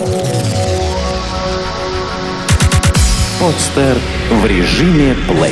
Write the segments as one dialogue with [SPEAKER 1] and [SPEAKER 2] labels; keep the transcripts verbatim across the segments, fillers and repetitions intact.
[SPEAKER 1] Подстер в режиме плей.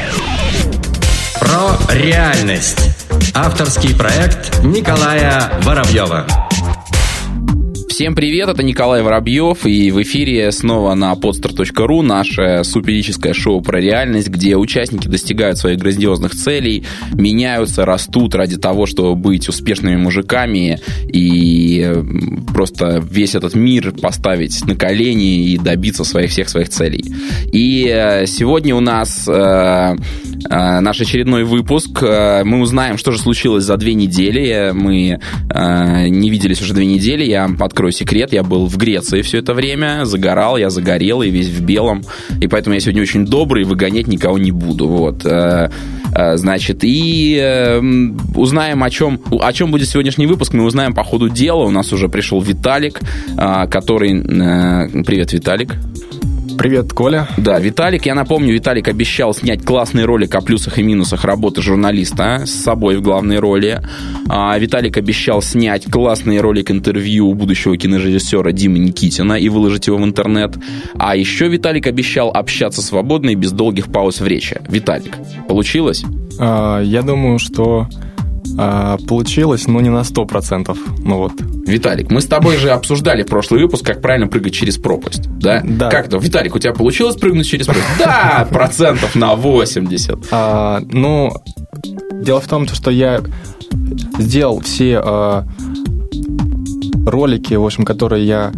[SPEAKER 2] Про реальность. Авторский проект Николая Воробьева.
[SPEAKER 3] Всем привет, это Николай Воробьев, и в эфире снова на podster точка ру наше суперическое шоу про реальность, где участники достигают своих грандиозных целей, меняются, растут ради того, чтобы быть успешными мужиками и просто весь этот мир поставить на колени и добиться своих, всех своих целей. И сегодня у нас э, э, наш очередной выпуск. Мы узнаем, что же случилось за две недели. Мы э, не виделись уже две недели, я открою секрет, я был в Греции все это время, загорал, я загорел и весь в белом, и поэтому я сегодня очень добрый, выгонять никого не буду, вот, значит, и узнаем, о чем, о чем будет сегодняшний выпуск, мы узнаем по ходу дела. У нас уже пришел Виталик, который... Привет, Виталик.
[SPEAKER 4] Привет, Коля.
[SPEAKER 3] Да, Виталик, я напомню, Виталик обещал снять классный ролик о плюсах и минусах работы журналиста с собой в главной роли. А, Виталик обещал снять классный ролик интервью у будущего кинорежиссера Димы Никитина и выложить его в интернет. А еще Виталик обещал общаться свободно и без долгих пауз в речи. Виталик, получилось?
[SPEAKER 4] А, я думаю, что а, получилось, но не на сто процентов. Ну вот.
[SPEAKER 3] Виталик, мы с тобой же обсуждали в прошлый выпуск, как правильно прыгать через пропасть, да?
[SPEAKER 4] Да.
[SPEAKER 3] Как это? Виталик, у тебя получилось прыгнуть через пропасть? Да, процентов на восемьдесят.
[SPEAKER 4] А, ну, дело в том, что я сделал все а, ролики, в общем, которые я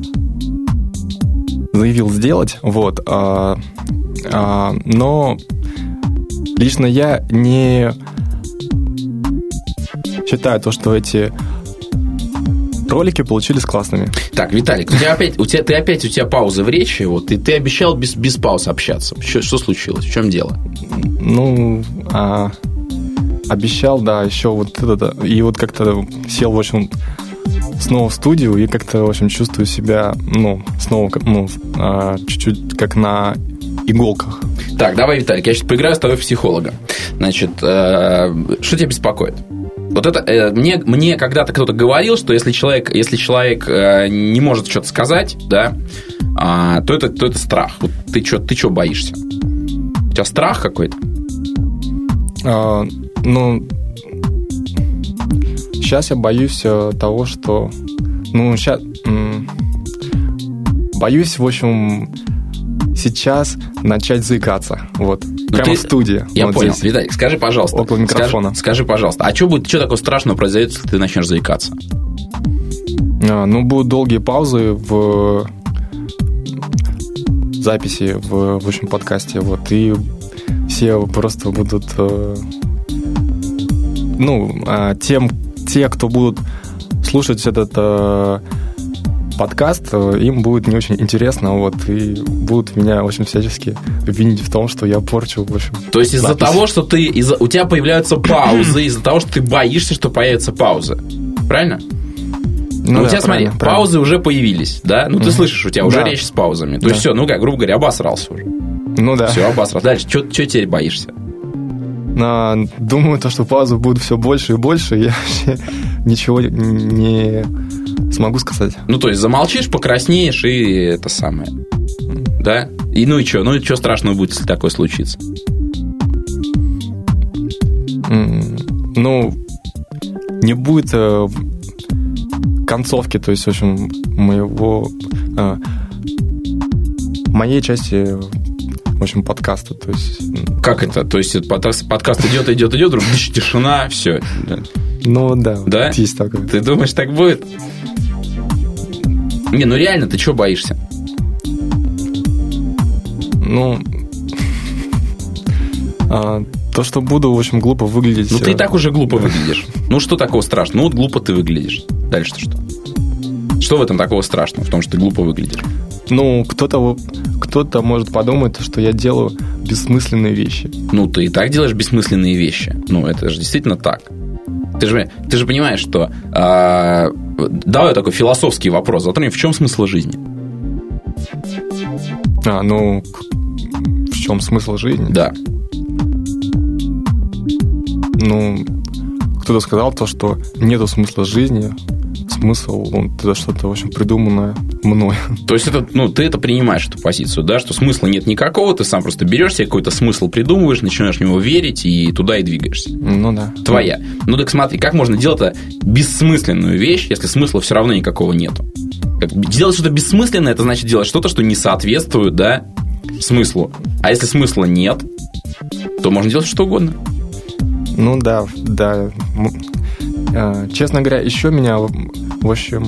[SPEAKER 4] заявил сделать, вот, а, а, но лично я не считаю то, что эти ролики получились классными.
[SPEAKER 3] Так, Виталик, у тебя опять, у тебя, ты опять у тебя паузы в речи, вот, и ты обещал без, без пауз общаться. Что, что случилось? В чем дело?
[SPEAKER 4] Ну, а, обещал, да, еще вот это, и вот как-то сел, в общем, снова в студию и как-то, в общем, чувствую себя, ну, снова, ну, а, чуть-чуть как на иголках.
[SPEAKER 3] Так, давай, Виталик, я сейчас поиграю с тобой в психолога. Значит, э, что тебя беспокоит? Вот это э, мне, мне когда-то кто-то говорил, что если человек, если человек э, не может что-то сказать, да, э, то, это, то это страх. Вот ты что ты что боишься? У тебя страх какой-то?
[SPEAKER 4] А, ну, сейчас я боюсь того, что... Ну, сейчас... М- боюсь, в общем, сейчас начать заикаться. Вот.
[SPEAKER 3] Ну,
[SPEAKER 4] прямо
[SPEAKER 3] ты,
[SPEAKER 4] в студии.
[SPEAKER 3] Я
[SPEAKER 4] вот
[SPEAKER 3] понял.
[SPEAKER 4] здесь.
[SPEAKER 3] Виталик, скажи, пожалуйста.
[SPEAKER 4] Около микрофона.
[SPEAKER 3] Скажи, скажи пожалуйста, а что будет, что такого страшного произойдет, если ты начнешь заикаться?
[SPEAKER 4] А, ну, будут долгие паузы в записи, в, в общем, подкасте. Вот, и все просто будут... Ну, тем, те, кто будут слушать этот подкаст, им будет не очень интересно, вот, и будут меня, в общем, всячески обвинить в том, что я порчу, в общем.
[SPEAKER 3] То есть из-за
[SPEAKER 4] запись.
[SPEAKER 3] того, что ты, из-за, у тебя появляются паузы, из-за того, что ты боишься, что появятся паузы. Правильно? Ну,
[SPEAKER 4] Ну,
[SPEAKER 3] у
[SPEAKER 4] да,
[SPEAKER 3] тебя, смотри,
[SPEAKER 4] правильно,
[SPEAKER 3] паузы
[SPEAKER 4] правильно.
[SPEAKER 3] уже появились, да? Ну, ты
[SPEAKER 4] Мгм.
[SPEAKER 3] слышишь, у тебя уже
[SPEAKER 4] Да.
[SPEAKER 3] речь с паузами. То
[SPEAKER 4] Да.
[SPEAKER 3] есть все, ну как, грубо говоря, обосрался уже.
[SPEAKER 4] Ну да.
[SPEAKER 3] Все, обосрался. Дальше, что теперь боишься?
[SPEAKER 4] Но думаю, то, что паузы будут все больше и больше, я вообще ничего не смогу сказать.
[SPEAKER 3] Ну, то есть замолчишь, покраснеешь и это самое. Да? И ну и что? Ну и что страшного будет, если такое случится?
[SPEAKER 4] Ну, не будет э, концовки, то есть, в общем, моего э, моей части, в общем, подкаста, то есть.
[SPEAKER 3] Как это? То есть подкаст, подкаст идет, идет, идет, вдруг тишина, все.
[SPEAKER 4] Ну да,
[SPEAKER 3] Да?
[SPEAKER 4] вот есть такое.
[SPEAKER 3] Ты думаешь, так будет? Не, ну реально, ты чего боишься?
[SPEAKER 4] Ну, а, то, что буду, в общем, глупо выглядеть.
[SPEAKER 3] Ну, ты и так уже глупо выглядишь. Ну, что такого страшного? Ну, вот глупо ты выглядишь. Дальше-то что? Что в этом такого страшного, в том, что ты глупо выглядишь?
[SPEAKER 4] Ну, кто-то, кто-то может подумать, что я делаю бессмысленные вещи.
[SPEAKER 3] Ну, ты и так делаешь бессмысленные вещи. Ну, это же действительно так. Ты же, ты же понимаешь, что... Э, давай такой философский вопрос. Затронем, в чем смысл жизни?
[SPEAKER 4] А, ну, в чем смысл жизни?
[SPEAKER 3] Да.
[SPEAKER 4] Ну, кто-то сказал то, что нету смысла жизни. смысл, он, это что-то, в общем, придуманное мной.
[SPEAKER 3] То есть это, ну, ты это принимаешь, эту позицию, да, что смысла нет никакого, ты сам просто берешь себе какой-то смысл, придумываешь, начинаешь в него верить и туда и двигаешься.
[SPEAKER 4] Ну да.
[SPEAKER 3] Твоя. Ну так смотри, как можно делать-то бессмысленную вещь, если смысла все равно никакого нету? Как, делать что-то бессмысленное, это значит делать что-то, что не соответствует, да, смыслу. А если смысла нет, то можно делать что угодно.
[SPEAKER 4] Ну да, да. Честно говоря, еще меня, в общем,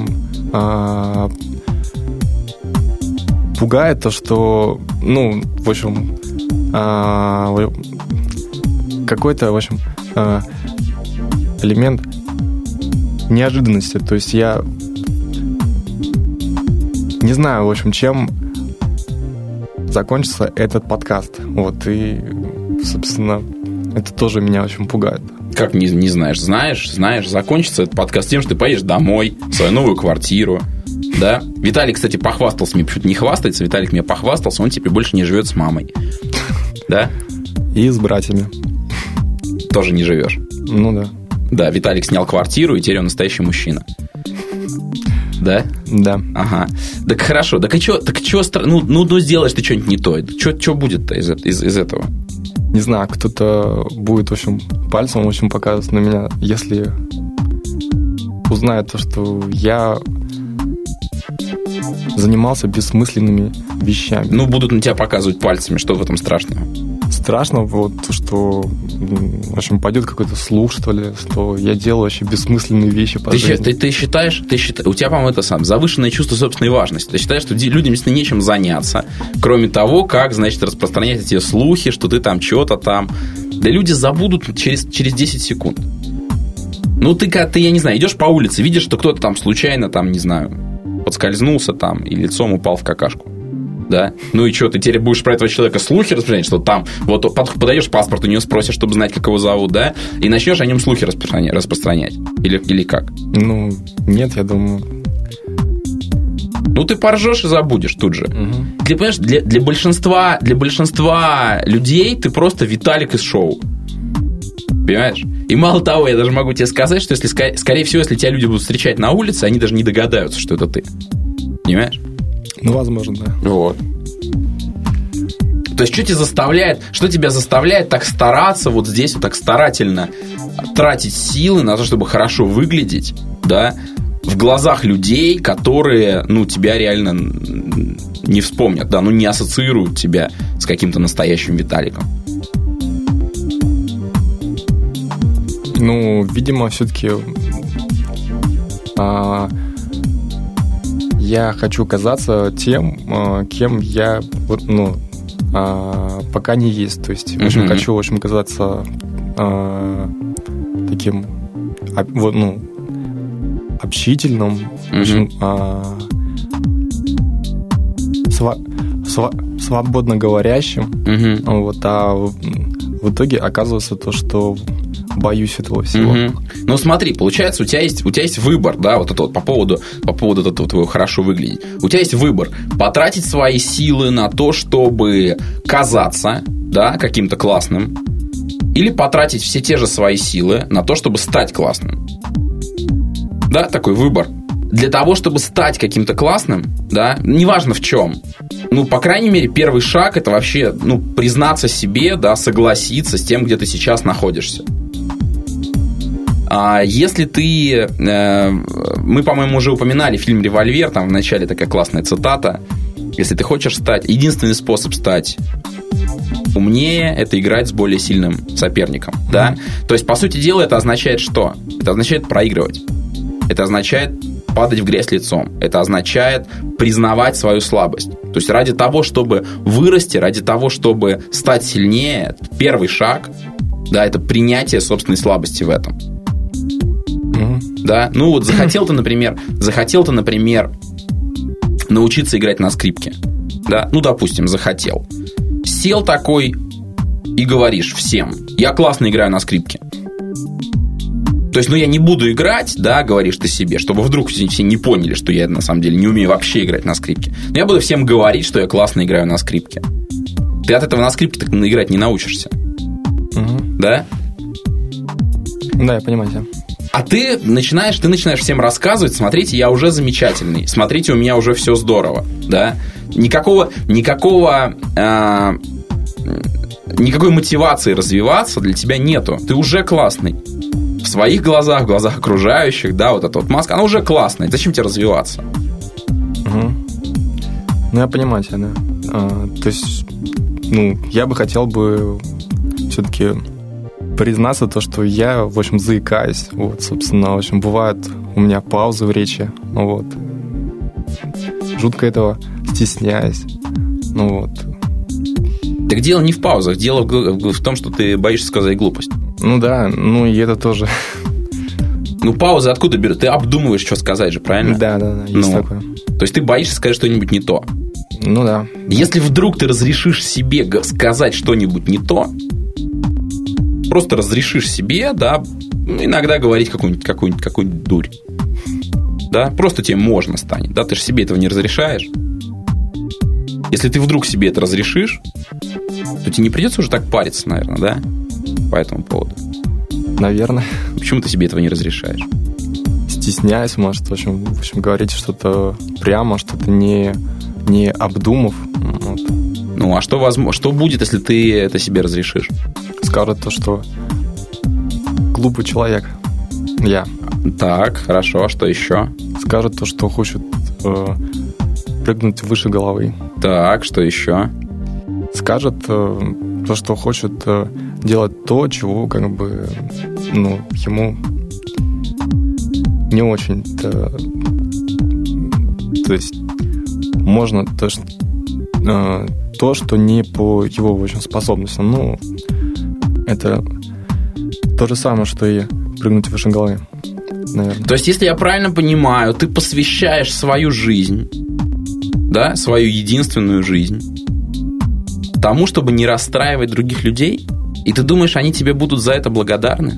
[SPEAKER 4] пугает то, что, ну, в общем, какой-то, в общем, элемент неожиданности. То есть я не знаю, в общем, чем закончится этот подкаст. Вот, и, собственно, это тоже меня очень пугает.
[SPEAKER 3] Как не, не знаешь? Знаешь, знаешь, закончится этот подкаст тем, что ты поедешь домой, в свою новую квартиру, да? Виталик, кстати, похвастался, мне почему-то не хвастается, Виталик мне похвастался, он теперь больше не живет с мамой, да?
[SPEAKER 4] И с братьями.
[SPEAKER 3] Тоже не живешь?
[SPEAKER 4] Ну да.
[SPEAKER 3] Да, Виталик снял квартиру, и теперь он настоящий мужчина. Да?
[SPEAKER 4] Да.
[SPEAKER 3] Ага. Так хорошо. Так и что, так что, ну, ну, ну сделаешь ты что-нибудь не то. Что, что будет-то из, из, из этого?
[SPEAKER 4] Не знаю, кто-то будет, в общем, пальцем, в общем, показывать на меня, если узнает то, что я занимался бессмысленными вещами.
[SPEAKER 3] Ну, будут на тебя показывать пальцами, что в этом страшного?
[SPEAKER 4] Страшно, вот, что, в общем, пойдет какой-то слух, что ли, что я делаю вообще бессмысленные вещи по
[SPEAKER 3] ты,
[SPEAKER 4] жизни.
[SPEAKER 3] Ты, ты считаешь, ты считаешь, у тебя, по-моему, это сам завышенное чувство собственной важности. Ты считаешь, что людям действительно нечем заняться, кроме того, как, значит, распространять эти слухи, что ты там что-то там. Да люди забудут через, через десять секунд. Ну, ты, ты, я не знаю, идешь по улице, видишь, что кто-то там случайно, там, не знаю, подскользнулся там и лицом упал в какашку. Да? Ну и что, ты теперь будешь про этого человека слухи распространять, что там, вот подаешь паспорт, у него спросишь, чтобы знать, как его зовут, да? И начнешь о нем слухи распространять, распространять. Или, или как?
[SPEAKER 4] Ну, нет, я думаю.
[SPEAKER 3] Ну, ты поржешь и забудешь тут же.
[SPEAKER 4] Угу.
[SPEAKER 3] Ты понимаешь, для, для, большинства, для большинства людей ты просто Виталик из шоу. Понимаешь? И мало того, я даже могу тебе сказать, что если, скорее всего, если тебя люди будут встречать на улице, они даже не догадаются, что это ты. Понимаешь?
[SPEAKER 4] Ну, возможно, да.
[SPEAKER 3] Вот. То есть, что тебя заставляет, что тебя заставляет так стараться, вот здесь вот так старательно тратить силы на то, чтобы хорошо выглядеть, да, в глазах людей, которые, ну, тебя реально не вспомнят, да, ну, не ассоциируют тебя с каким-то настоящим Виталиком?
[SPEAKER 4] Ну, видимо, все-таки а, я хочу казаться тем, а, кем я, вот, ну, а, пока не есть. То есть, в общем, mm-hmm. хочу, в общем, казаться а, таким, а, вот, ну, общительным, mm-hmm. в общем, а, сва, сва, свободно говорящим. Mm-hmm. Вот, а в, в итоге оказывается то, что боюсь этого всего.
[SPEAKER 3] Угу. Ну, смотри, получается, у тебя есть, у тебя есть выбор, да, вот это вот по поводу, по поводу этого твоего хорошо выглядеть. У тебя есть выбор потратить свои силы на то, чтобы казаться, да, каким-то классным, или потратить все те же свои силы на то, чтобы стать классным. Да, такой выбор. Для того, чтобы стать каким-то классным, да, неважно в чем, ну, по крайней мере, первый шаг – это вообще, ну, признаться себе, да, согласиться с тем, где ты сейчас находишься. А если ты... Э, мы, по-моему, уже упоминали фильм «Револьвер», там в начале такая классная цитата. Если ты хочешь стать... Единственный способ стать умнее – это играть с более сильным соперником. Mm-hmm. Да? То есть, по сути дела, это означает что? Это означает проигрывать. Это означает падать в грязь лицом. Это означает признавать свою слабость. То есть, ради того, чтобы вырасти, ради того, чтобы стать сильнее, первый шаг, да, это принятие собственной слабости в этом. Да, ну вот захотел ты, например, захотел ты, например, научиться играть на скрипке, да, ну, допустим, захотел. Сел такой и говоришь всем: я классно играю на скрипке. То есть, ну, я не буду играть, да, говоришь ты себе, чтобы вдруг все, все не поняли, что я на самом деле не умею вообще играть на скрипке. Но я буду всем говорить, что я классно играю на скрипке. Ты от этого на скрипке так играть не научишься.
[SPEAKER 4] Угу.
[SPEAKER 3] Да?
[SPEAKER 4] Да, я понимаю тебя.
[SPEAKER 3] А ты начинаешь, ты начинаешь всем рассказывать: смотрите, я уже замечательный, смотрите, у меня уже все здорово, да? Никакого, никакого, э, никакой мотивации развиваться для тебя нету. Ты уже классный. В своих глазах, в глазах окружающих, да, вот эта вот маска, она уже классная. Зачем тебе развиваться?
[SPEAKER 4] Угу. Ну, я понимаю тебя, да. А, то есть, ну, я бы хотел бы все-таки признаться то, что я, в общем, заикаюсь. Вот, собственно, в общем, бывают у меня паузы в речи. Ну, вот. Жутко этого стесняюсь. Ну, вот.
[SPEAKER 3] Так дело не в паузах, дело в, в том, что ты боишься сказать глупость.
[SPEAKER 4] Ну да, ну и это тоже.
[SPEAKER 3] Ну, паузы откуда берут? Ты обдумываешь, что сказать же, правильно?
[SPEAKER 4] Да, да, да, есть
[SPEAKER 3] ну,
[SPEAKER 4] такое.
[SPEAKER 3] То есть ты боишься сказать что-нибудь не то.
[SPEAKER 4] Ну да.
[SPEAKER 3] Если вдруг ты разрешишь себе сказать что-нибудь не то, просто разрешишь себе, да, иногда говорить какую-нибудь, какую-нибудь, какую-нибудь дурь. Да, просто тебе можно станет. Да, ты же себе этого не разрешаешь. Если ты вдруг себе это разрешишь, то тебе не придется уже так париться, наверное, да? По этому поводу.
[SPEAKER 4] Наверное.
[SPEAKER 3] Почему ты себе этого не разрешаешь?
[SPEAKER 4] Стесняюсь, может, в общем, в общем говорить что-то прямо, что-то не, не обдумав. Вот.
[SPEAKER 3] Ну, а что, возможно, что будет, если ты это себе разрешишь?
[SPEAKER 4] Скажут то, что глупый человек. Я.
[SPEAKER 3] Так, хорошо, а что еще?
[SPEAKER 4] Скажут то, что хочет э, прыгнуть выше головы.
[SPEAKER 3] Так, что еще?
[SPEAKER 4] Скажет э, то, что хочет э, делать то, чего как бы, ну, ему не очень-то... То есть можно то, что, э, то, что не по его, в общем, способностям. Ну, это то же самое, что и прыгнуть выше головы, наверное.
[SPEAKER 3] То есть, если я правильно понимаю, ты посвящаешь свою жизнь, да, свою единственную жизнь тому, чтобы не расстраивать других людей, и ты думаешь, они тебе будут за это благодарны?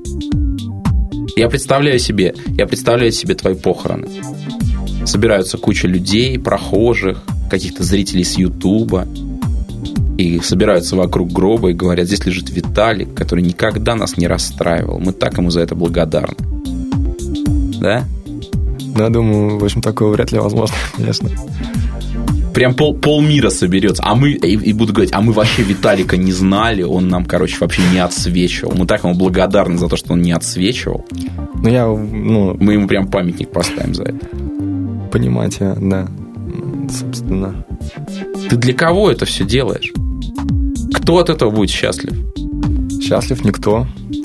[SPEAKER 3] Я представляю себе, я представляю себе твои похороны. Собираются куча людей, прохожих, каких-то зрителей с Ютуба, и собираются вокруг гроба и говорят: здесь лежит Виталик, который никогда нас не расстраивал. Мы так ему за это благодарны. Да?
[SPEAKER 4] Да, думаю, в общем, такое вряд ли возможно, конечно.
[SPEAKER 3] Прям пол, полмира соберется. А мы, и, и буду говорить, а мы вообще Виталика не знали, он нам, короче, вообще не отсвечивал. Мы так ему благодарны за то, что он не отсвечивал.
[SPEAKER 4] Ну, я, ну...
[SPEAKER 3] Мы ему прям памятник поставим за это.
[SPEAKER 4] Понимаете, да. Собственно.
[SPEAKER 3] Ты для кого это все делаешь? Кто от этого будет счастлив?
[SPEAKER 4] Счастлив никто.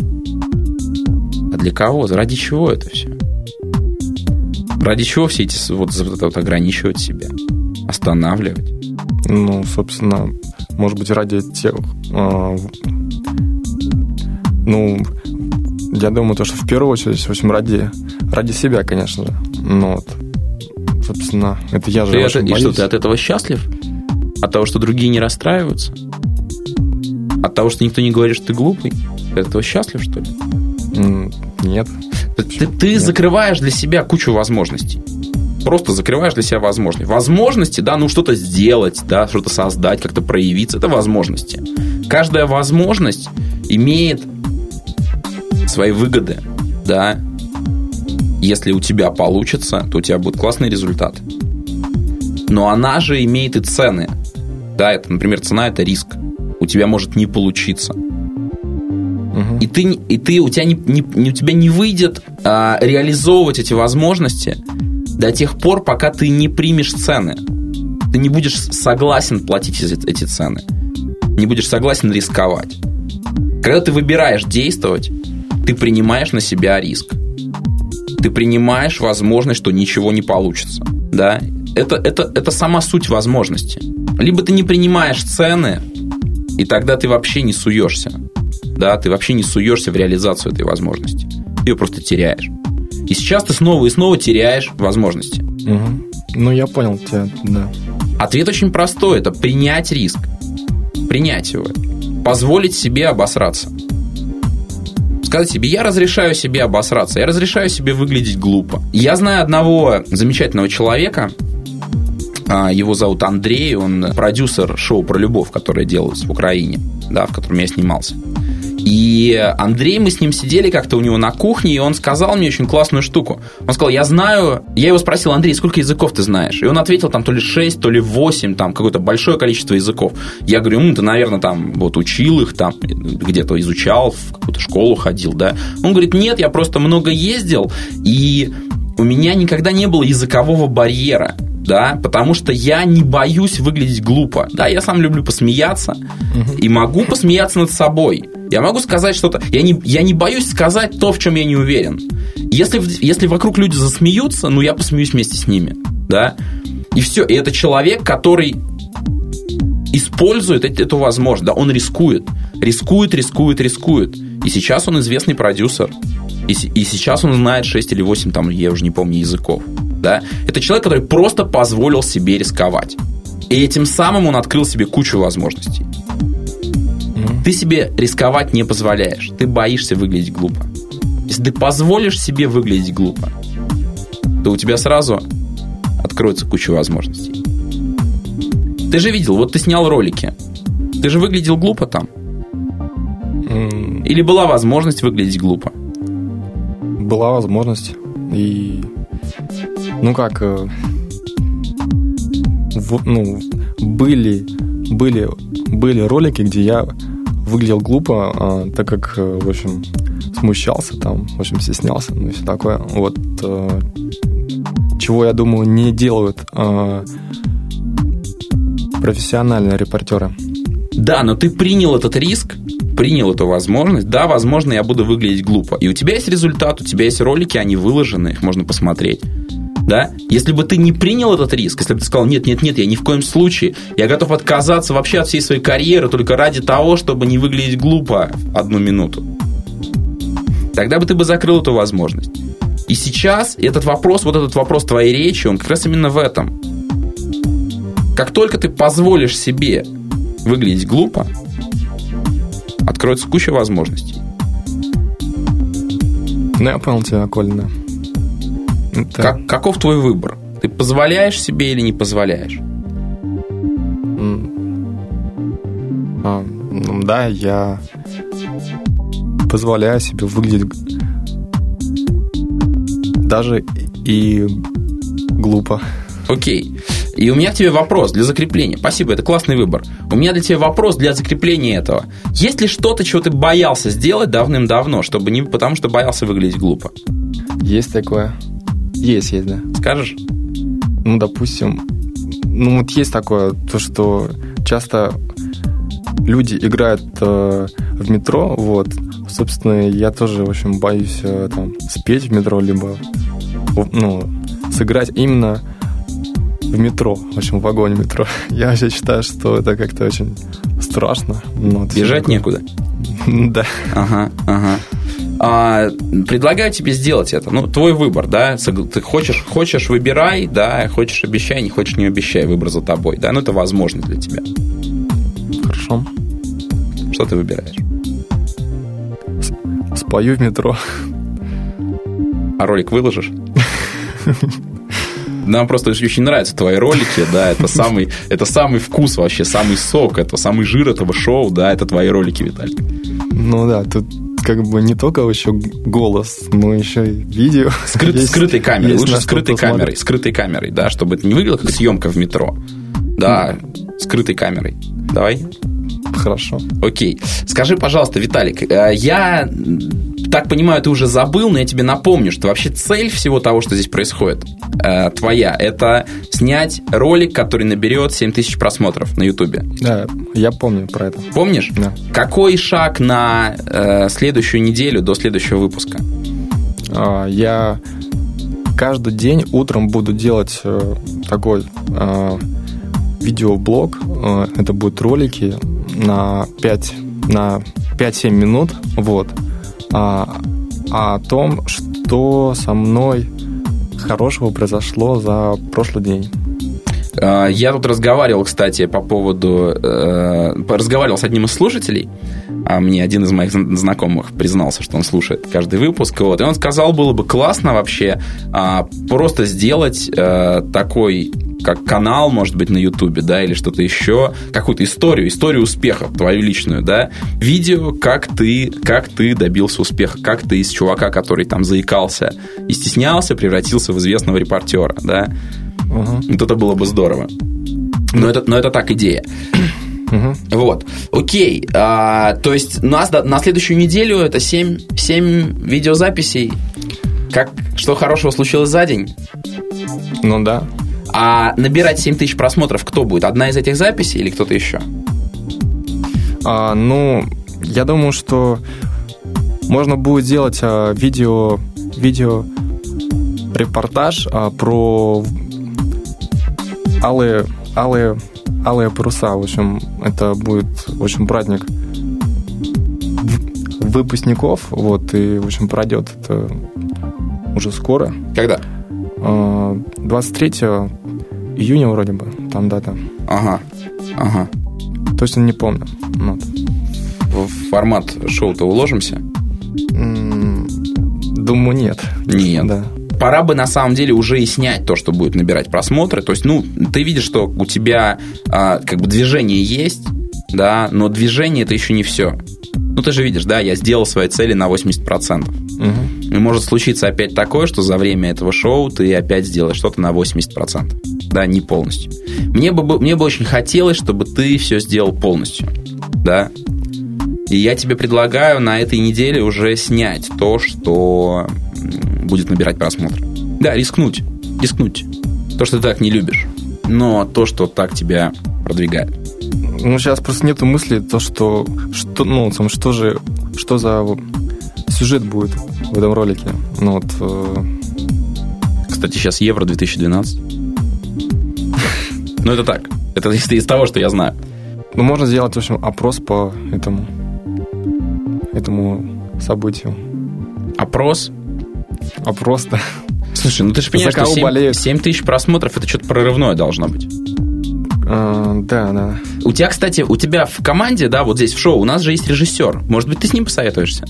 [SPEAKER 3] А для кого? Ради чего это все? Ради чего все эти вот, вот, вот ограничивать себя? Останавливать?
[SPEAKER 4] Ну, собственно, может быть, ради тех... Э, ну, я думаю, то, что в первую очередь, в общем, ради, ради себя, конечно же. Ну, вот. Собственно, это я же очень боюсь.
[SPEAKER 3] И что, ты от этого счастлив? От того, что другие не расстраиваются? От того, что никто не говорит, что ты глупый? Ты от этого счастлив, что ли?
[SPEAKER 4] Нет.
[SPEAKER 3] Ты, ты Нет. закрываешь для себя кучу возможностей. Просто закрываешь для себя возможности. Возможности, да, ну что-то сделать, да, что-то создать, как-то проявиться. Это возможности. Каждая возможность имеет свои выгоды, да. Если у тебя получится, то у тебя будет классный результат. Но она же имеет и цены. Да, это, например, цена – это риск. У тебя может не получиться. Угу. И, ты, и ты, у, тебя не, не, у тебя не выйдет а, реализовывать эти возможности до тех пор, пока ты не примешь цены. Ты не будешь согласен платить эти, эти цены. Не будешь согласен рисковать. Когда ты выбираешь действовать, ты принимаешь на себя риск. Ты принимаешь возможность, что ничего не получится. Да? Это, это, это сама суть возможности. Либо ты не принимаешь цены, и тогда ты вообще не суешься. Да? Ты вообще не суешься в реализацию этой возможности. Ты ее просто теряешь. И сейчас ты снова и снова теряешь возможности.
[SPEAKER 4] Угу. Ну, я понял тебя, да.
[SPEAKER 3] Ответ очень простой. Это принять риск. Принять его. Позволить себе обосраться. Сказать себе: я разрешаю себе обосраться, я разрешаю себе выглядеть глупо. Я знаю одного замечательного человека, его зовут Андрей, он продюсер шоу про любовь, которое делалось в Украине, да, в котором я снимался. И Андрей, мы с ним сидели как-то у него на кухне, и он сказал мне очень классную штуку. Он сказал, я знаю... Я его спросил, Андрей, сколько языков ты знаешь? И он ответил, там, то ли шесть, то ли восемь, там, какое-то большое количество языков. Я говорю, ну, ты, наверное, там, вот, учил их, там, где-то изучал, в какую-то школу ходил, да? Он говорит, нет, я просто много ездил, и у меня никогда не было языкового барьера. Да, потому что я не боюсь выглядеть глупо. Да, я сам люблю посмеяться, uh-huh. и могу посмеяться над собой. Я могу сказать что-то. Я не, я не боюсь сказать то, в чем я не уверен. Если, если вокруг люди засмеются, ну, я посмеюсь вместе с ними. Да? И все. И это человек, который использует эту возможность. Да? Он рискует. Рискует, рискует, рискует. И сейчас он известный продюсер. И, и сейчас он знает шесть или восемь, там, я уже не помню, языков. Да? Это человек, который просто позволил себе рисковать. И этим самым он открыл себе кучу возможностей. Mm-hmm. Ты себе рисковать не позволяешь. Ты боишься выглядеть глупо. Если ты позволишь себе выглядеть глупо, то у тебя сразу откроется куча возможностей. Ты же видел, вот ты снял ролики. Ты же выглядел глупо там? Mm-hmm. Или была возможность выглядеть глупо?
[SPEAKER 4] Была возможность. И... Ну как, в, ну, были, были, были ролики, где я выглядел глупо, а, так как, в общем, смущался там, в общем, стеснялся, ну и все такое. Вот, а, чего, я думаю, не делают а, профессиональные репортеры.
[SPEAKER 3] Да, но ты принял этот риск, принял эту возможность. Да, возможно, я буду выглядеть глупо. И у тебя есть результат, у тебя есть ролики, они выложены, их можно посмотреть. Да? Если бы ты не принял этот риск, если бы ты сказал, нет, нет, нет, я ни в коем случае, я готов отказаться вообще от всей своей карьеры только ради того, чтобы не выглядеть глупо одну минуту, тогда бы ты бы закрыл эту возможность. И сейчас этот вопрос, вот этот вопрос твоей речи, он как раз именно в этом. Как только ты позволишь себе выглядеть глупо, откроется куча возможностей.
[SPEAKER 4] Ну, я понял тебя, Колина. Это...
[SPEAKER 3] Как, каков твой выбор? Ты позволяешь себе или не позволяешь?
[SPEAKER 4] А, ну, да, я позволяю себе выглядеть даже и глупо.
[SPEAKER 3] Окей. И у меня к тебе вопрос для закрепления. Спасибо, это классный выбор. У меня для тебя вопрос для закрепления этого. Есть ли что-то, чего ты боялся сделать давным-давно, чтобы не, потому что боялся выглядеть глупо?
[SPEAKER 4] Есть такое. Есть, есть, да.
[SPEAKER 3] Скажешь?
[SPEAKER 4] Ну, допустим, ну вот есть такое, то, что часто люди играют э, в метро, вот, собственно, я тоже, в общем, боюсь э, там спеть в метро, либо, ну, сыграть именно в метро, в общем, в вагоне метро. Я вообще считаю, что это как-то очень страшно.
[SPEAKER 3] Бежать некуда?
[SPEAKER 4] Да.
[SPEAKER 3] Ага, ага. А, предлагаю тебе сделать это. Ну, твой выбор, да. Ты хочешь, хочешь, выбирай, да. Хочешь, обещай, не хочешь, не обещай. Выбор за тобой, да. Ну, это возможно для тебя.
[SPEAKER 4] Хорошо.
[SPEAKER 3] Что ты выбираешь?
[SPEAKER 4] Спою в метро.
[SPEAKER 3] А ролик выложишь? Нам просто очень нравятся твои ролики, да, это самый, это самый вкус вообще, самый сок, это самый жир этого шоу, да, это твои ролики, Виталик.
[SPEAKER 4] Ну да, тут как бы не только еще голос, но еще и видео.
[SPEAKER 3] Скрыт, есть, скрытой камерой, лучше скрытой камерой, скрытой камерой, да, чтобы это не выглядело как съемка в метро, да, скрытой камерой. Давай.
[SPEAKER 4] Хорошо.
[SPEAKER 3] Окей. Скажи, пожалуйста, Виталик, я так понимаю, ты уже забыл, но я тебе напомню, что вообще цель всего того, что здесь происходит, твоя, это снять ролик, который наберет семь тысяч просмотров на Ютубе.
[SPEAKER 4] Да, я помню про это.
[SPEAKER 3] Помнишь?
[SPEAKER 4] Да.
[SPEAKER 3] Какой шаг на э, следующую неделю до следующего выпуска?
[SPEAKER 4] Я каждый день утром буду делать э, такой э, видеоблог. Э, это будут ролики на пять, на пять-семь минут. Вот. А, о том, что со мной хорошего произошло за прошлый день.
[SPEAKER 3] Я тут разговаривал, кстати, по поводу... Разговаривал с одним из слушателей. а мне один из моих знакомых признался, что он слушает каждый выпуск. Вот, и он сказал, было бы классно вообще а, просто сделать а, такой... как канал, может быть, на Ютубе, да, или что-то еще, какую-то историю, историю успеха твою личную, да, видео, как ты, как ты добился успеха, как ты из чувака, который там заикался и стеснялся, превратился в известного репортера, да. Uh-huh. Вот это было бы здорово. Но это, но это так, идея. Uh-huh. Вот. Окей. А, то есть у нас на следующую неделю это семь, семь видеозаписей. Как, что хорошего случилось за день?
[SPEAKER 4] Ну да.
[SPEAKER 3] А набирать семь тысяч просмотров кто будет? Одна из этих записей или кто-то еще?
[SPEAKER 4] А, ну, я думаю, что можно будет сделать а, видео, видео репортаж а, про алые, алые, алые паруса. В общем, это будет, в общем, праздник выпускников. Вот, и, в общем, пройдет это уже скоро.
[SPEAKER 3] Когда?
[SPEAKER 4] двадцать третьего июня вроде бы, там дата.
[SPEAKER 3] Ага, ага.
[SPEAKER 4] Точно не помню. Вот.
[SPEAKER 3] В формат шоу-то уложимся?
[SPEAKER 4] Думаю, нет.
[SPEAKER 3] Нет.
[SPEAKER 4] Да.
[SPEAKER 3] Пора бы на самом деле уже и снять то, что будет набирать просмотры. То есть, ну, ты видишь, что у тебя а, как бы движение есть, да, но движение это еще не все. Ну, ты же видишь, да, я сделал свои цели на восемьдесят процентов. Угу. И может случиться опять такое, что за время этого шоу ты опять сделаешь что-то на восемьдесят процентов. Да, не полностью. Мне бы, мне бы очень хотелось, чтобы ты все сделал полностью. Да. И я тебе предлагаю на этой неделе уже снять то, что будет набирать просмотры. Да, рискнуть. Рискнуть. То, что ты так не любишь. Но то, что так тебя продвигает.
[SPEAKER 4] Ну, сейчас просто нету мысли, то, что, что, ну, что же, что за сюжет будет в этом ролике. Ну, вот, э...
[SPEAKER 3] Кстати, сейчас Евро две тысячи двенадцать. Ну, это так. Это из того, что я знаю.
[SPEAKER 4] Ну, можно сделать, в общем, опрос по этому, этому событию.
[SPEAKER 3] Опрос?
[SPEAKER 4] Опрос, да.
[SPEAKER 3] Слушай, ну ты же понимаешь, что семь тысяч просмотров это что-то прорывное должно быть.
[SPEAKER 4] А, да, да.
[SPEAKER 3] У тебя, кстати, у тебя в команде, да, вот здесь в шоу, у нас же есть режиссер. Может быть, ты с ним посоветуешься?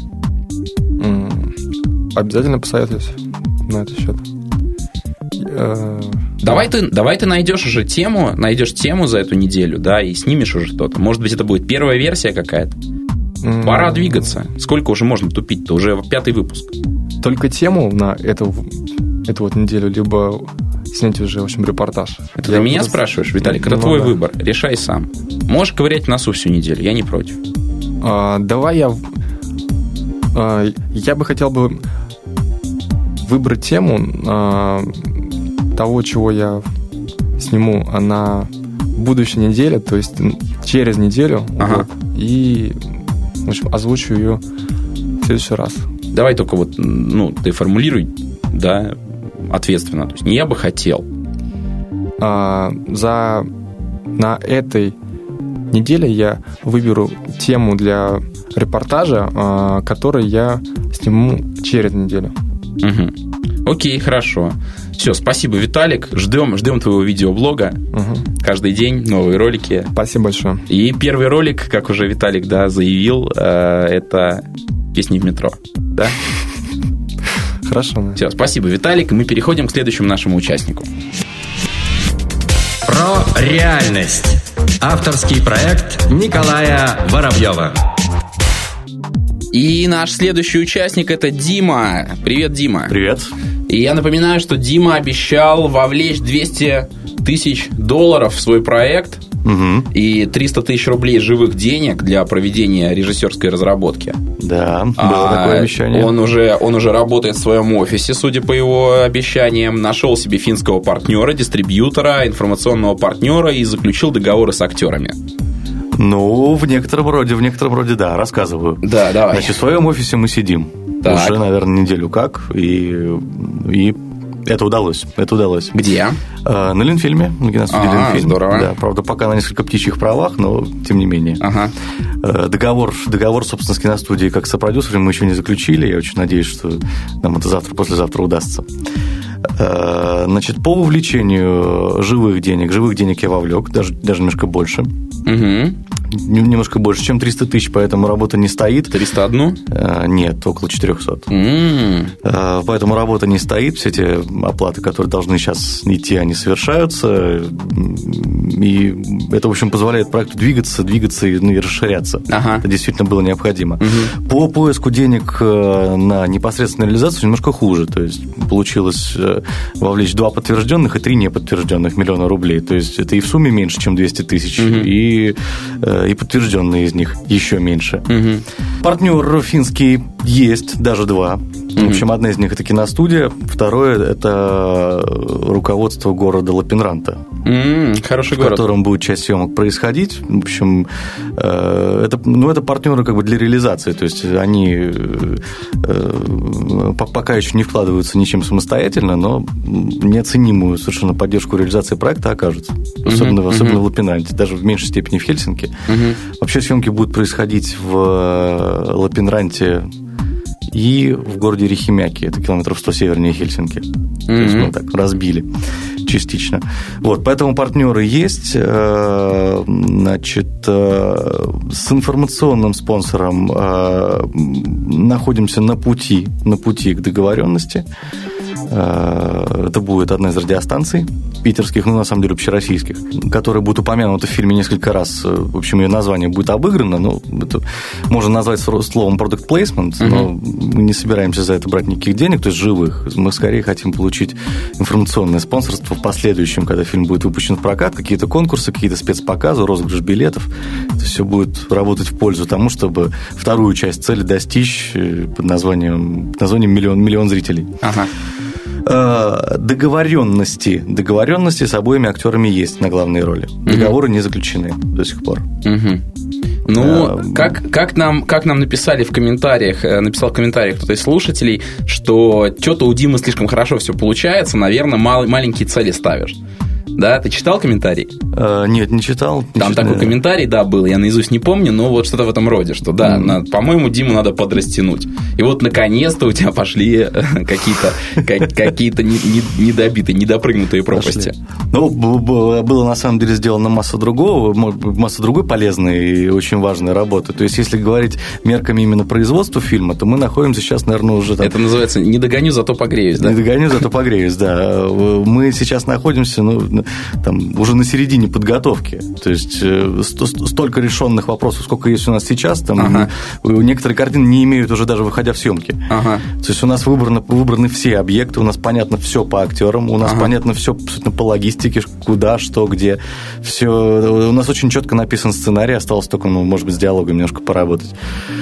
[SPEAKER 4] Mm, обязательно посоветуюсь на этот счет. Uh,
[SPEAKER 3] давай,
[SPEAKER 4] да.
[SPEAKER 3] ты, давай ты найдешь уже тему, найдешь тему за эту неделю, да, и снимешь уже что-то. Может быть, это будет первая версия какая-то. Mm. Пора двигаться. Сколько уже можно тупить-то? Уже пятый выпуск.
[SPEAKER 4] Только тему на эту, эту вот неделю, либо снять уже, в общем, репортаж.
[SPEAKER 3] Это я ты меня просто... спрашиваешь, Виталик? Это ну, твой да. выбор. Решай сам. Можешь ковырять в носу всю неделю, я не против.
[SPEAKER 4] А, давай я... А, я бы хотел бы выбрать тему а, того, чего я сниму на будущей неделе, то есть через неделю, ага. вот, и, в общем, озвучу ее в следующий раз.
[SPEAKER 3] Давай только вот, ну, ты формулируй, да, ответственно. То есть не я бы хотел.
[SPEAKER 4] А, за на этой неделе я выберу тему для репортажа, а, который я сниму через неделю.
[SPEAKER 3] Угу. Окей, хорошо. Все, спасибо, Виталик. Ждем, ждем твоего видеоблога. Угу. Каждый день новые ролики.
[SPEAKER 4] Спасибо большое.
[SPEAKER 3] И первый ролик, как уже Виталик, да, заявил, это песни в метро. Да?
[SPEAKER 4] Хорошо.
[SPEAKER 3] Все, спасибо, Виталик. И мы переходим к следующему нашему участнику.
[SPEAKER 2] Про реальность. Авторский проект Николая Воробьева.
[SPEAKER 3] И наш следующий участник – это Дима. Привет, Дима.
[SPEAKER 5] Привет.
[SPEAKER 3] И я напоминаю, что Дима обещал вовлечь двести тысяч долларов в свой проект угу. и триста тысяч рублей живых денег для проведения режиссерской разработки.
[SPEAKER 5] Да, было
[SPEAKER 3] а,
[SPEAKER 5] такое обещание.
[SPEAKER 3] Он уже, он уже работает в своем офисе, судя по его обещаниям. Нашел себе финского партнера, дистрибьютора, информационного партнера и заключил договоры с актерами.
[SPEAKER 5] Ну, в некотором роде, в некотором роде, да, рассказываю.
[SPEAKER 3] Да, давай.
[SPEAKER 5] Значит, в своем офисе мы сидим. Так. Уже, наверное, неделю как, и, и это удалось, это удалось.
[SPEAKER 3] Где?
[SPEAKER 5] А, на Ленфильме, на киностудии
[SPEAKER 3] а,
[SPEAKER 5] Ленфильм.
[SPEAKER 3] Здорово.
[SPEAKER 5] Да, правда, пока на несколько птичьих правах, но тем не менее.
[SPEAKER 3] Ага.
[SPEAKER 5] Договор, договор, собственно, с киностудией как сопродюсером мы еще не заключили. Я очень надеюсь, что нам это завтра, послезавтра удастся. Значит, по вовлечению живых денег, живых денег я вовлек, даже, даже немножко больше.
[SPEAKER 3] Угу.
[SPEAKER 5] немножко больше, чем триста тысяч, поэтому работа не стоит.
[SPEAKER 3] триста один?
[SPEAKER 5] Нет, около четыреста.
[SPEAKER 3] Mm.
[SPEAKER 5] Поэтому работа не стоит, все эти оплаты, которые должны сейчас идти, они совершаются, и это, в общем, позволяет проекту двигаться, двигаться и, ну, и расширяться.
[SPEAKER 3] Ага.
[SPEAKER 5] Это действительно было необходимо.
[SPEAKER 3] Угу.
[SPEAKER 5] По поиску денег на непосредственную реализацию немножко хуже, то есть получилось вовлечь два подтвержденных и три неподтвержденных миллиона рублей, то есть это и в сумме меньше, чем двести тысяч, угу. и, и подтвержденные из них еще меньше. Угу. Партнер финский есть, даже два. В общем, одна из них – это киностудия, второе – это руководство города Лапинранта,
[SPEAKER 3] mm, хороший
[SPEAKER 5] в
[SPEAKER 3] город,
[SPEAKER 5] котором будет часть съемок происходить. В общем, это, ну, это партнеры как бы для реализации, то есть они пока еще не вкладываются ничем самостоятельно, но неоценимую совершенно поддержку реализации проекта окажут, особенно, mm-hmm. особенно в Лапинранте, даже в меньшей степени в Хельсинки. Mm-hmm. Вообще съемки будут происходить в Лапинранте и в городе Рихимяки, это километров сто севернее Хельсинки. Mm-hmm. То есть мы так разбили частично. Вот, поэтому партнеры есть. Значит, с информационным спонсором находимся на пути, на пути к договоренности. Это будет одна из радиостанций питерских, ну, на самом деле, общероссийских, которая будет упомянута в фильме несколько раз. В общем, ее название будет обыграно, но это можно назвать словом product placement, mm-hmm. но мы не собираемся за это брать никаких денег, то есть живых. Мы скорее хотим получить информационное спонсорство в последующем, когда фильм будет выпущен в прокат, какие-то конкурсы, какие-то спецпоказы, розыгрыш билетов. Это все будет работать в пользу тому, чтобы вторую часть цели достичь под названием, под названием миллион, миллион зрителей.
[SPEAKER 3] Ага.
[SPEAKER 5] Договоренности. Договоренности с обоими актерами есть на главные роли. Договоры угу. не заключены до сих пор.
[SPEAKER 3] Угу. Ну, а, как, как, нам, как нам написали в комментариях, написал в комментариях кто-то из слушателей, что что-то у Димы слишком хорошо все получается, наверное, мал, маленькие цели ставишь. Да, ты читал комментарий?
[SPEAKER 5] А, нет, не читал.
[SPEAKER 3] Там не такой комментарий, да, был, я наизусть не помню, но вот что-то в этом роде, что да, mm. на, по-моему, Диму надо подрастянуть. И вот наконец-то у тебя пошли какие-то, какие-то недобитые, недопрыгнутые пропасти.
[SPEAKER 5] Пошли. Ну, было на самом деле сделано масса другого, масса другой полезной и очень важной работы. То есть, если говорить мерками именно производства фильма, то мы находимся сейчас, наверное, уже там...
[SPEAKER 3] Это называется «не догоню, зато погреюсь», да?
[SPEAKER 5] «Не догоню, зато погреюсь», да. Мы сейчас находимся, ну, там, уже на середине подготовки. То есть, столько решенных вопросов, сколько есть у нас сейчас, там, ага. некоторые картины не имеют уже даже выходя в съемки. Ага. То есть, у нас выбраны, выбраны все объекты, у нас понятно все по актерам, у нас ага. понятно все по логистике, куда, что, где. Все. У нас очень четко написан сценарий, осталось только, ну, может быть, с диалогом немножко поработать.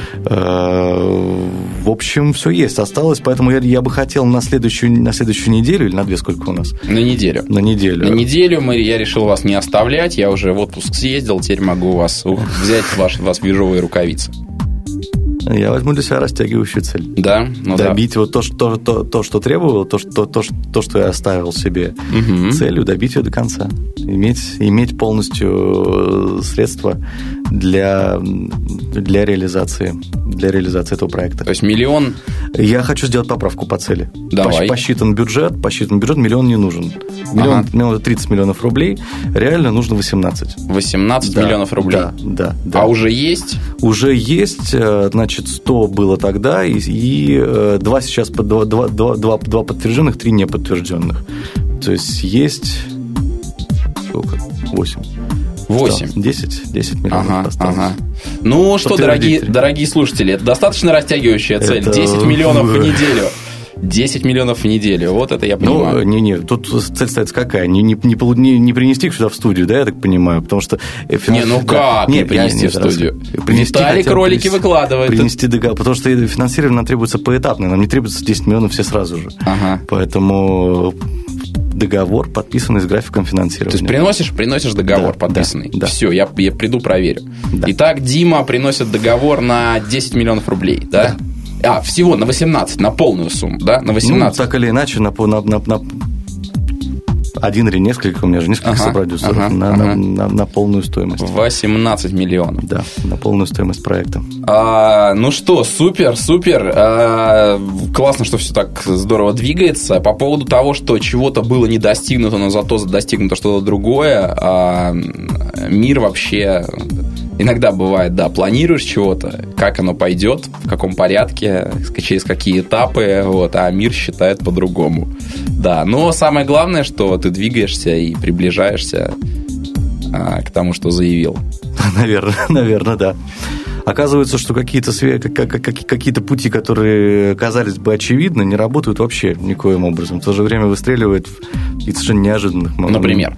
[SPEAKER 5] В общем, все есть, осталось, поэтому я, я бы хотел на следующую, на следующую неделю, или на две, сколько у нас?
[SPEAKER 3] На неделю.
[SPEAKER 5] На неделю.
[SPEAKER 3] На неделю мы, я решил вас не оставлять, я уже в отпуск съездил, теперь могу вас взять ваш, вас в ежовые рукавицы.
[SPEAKER 5] Я возьму для себя растягивающую цель.
[SPEAKER 3] Да? Ну,
[SPEAKER 5] добить
[SPEAKER 3] да.
[SPEAKER 5] вот то, что, то, то, что требовало, то, что, то, то, что я оставил себе угу. целью, добить ее до конца. Иметь, иметь полностью средства для, для, реализации, для реализации этого проекта.
[SPEAKER 3] То есть миллион...
[SPEAKER 5] Я хочу сделать поправку по цели.
[SPEAKER 3] Давай.
[SPEAKER 5] Посчитан бюджет, посчитан бюджет, миллион не нужен. Миллион, ага. миллион тридцать миллионов рублей, реально нужно восемнадцать.
[SPEAKER 3] восемнадцать да, миллионов рублей?
[SPEAKER 5] Да, да, да.
[SPEAKER 3] А уже есть?
[SPEAKER 5] Уже есть, значит, сто было тогда, и, и два сейчас, два, два, два, два подтвержденных, три неподтвержденных. То есть есть сколько? восемь.
[SPEAKER 3] восемь.
[SPEAKER 5] десять, десять миллионов
[SPEAKER 3] ага,
[SPEAKER 5] осталось.
[SPEAKER 3] Ага. Ну что, дорогие, дорогие слушатели, это достаточно растягивающая цель. Это... десять миллионов в неделю. десять миллионов в неделю, вот это я понимаю.
[SPEAKER 5] Ну, не-не, тут цель ставится какая? Не, не, не, не принести их сюда в студию, да, я так понимаю, потому что...
[SPEAKER 3] Не, ну как не, не принести в студию?
[SPEAKER 5] Принести,
[SPEAKER 3] Виталик ролики принести, выкладывает.
[SPEAKER 5] Принести договор, потому что финансирование нам требуется поэтапно, нам не требуется десять миллионов все сразу же. Ага. Поэтому... договор, подписанный с графиком финансирования.
[SPEAKER 3] То есть приносишь, приносишь договор да, подписанный. Да, Все, я, я приду, проверю. Да. Итак, Дима приносит договор на десять миллионов рублей, да? да? А, всего на восемнадцать, на полную сумму, да? На восемнадцать.
[SPEAKER 5] Ну, так или иначе, на, на, на, на один или несколько, у меня же несколько ага, сопродюсеров, ага, на, ага. На, на, на полную стоимость.
[SPEAKER 3] восемнадцать миллионов.
[SPEAKER 5] Да, на полную стоимость проекта.
[SPEAKER 3] А, ну что, супер, супер. А, классно, что все так здорово двигается. По поводу того, что чего-то было не достигнуто, но зато достигнуто что-то другое, а, мир вообще... иногда бывает, да, планируешь чего-то, как оно пойдет, в каком порядке, через какие этапы, вот, а мир считает по-другому. Да, но самое главное, что ты двигаешься и приближаешься а, к тому, что заявил.
[SPEAKER 5] Наверное, наверное, да. Оказывается, что какие-то, какие-то пути, которые казались бы очевидны, не работают вообще никоим образом. В то же время выстреливают в совершенно неожиданных моментах.
[SPEAKER 3] Например?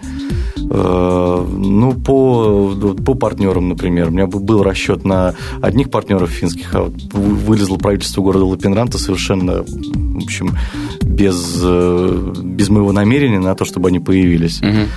[SPEAKER 5] Ну, по, по партнерам, например. У меня был расчет на одних партнеров финских, а вот вылезло правительство города Лапинранта совершенно, в общем, без, без моего намерения на то, чтобы они появились.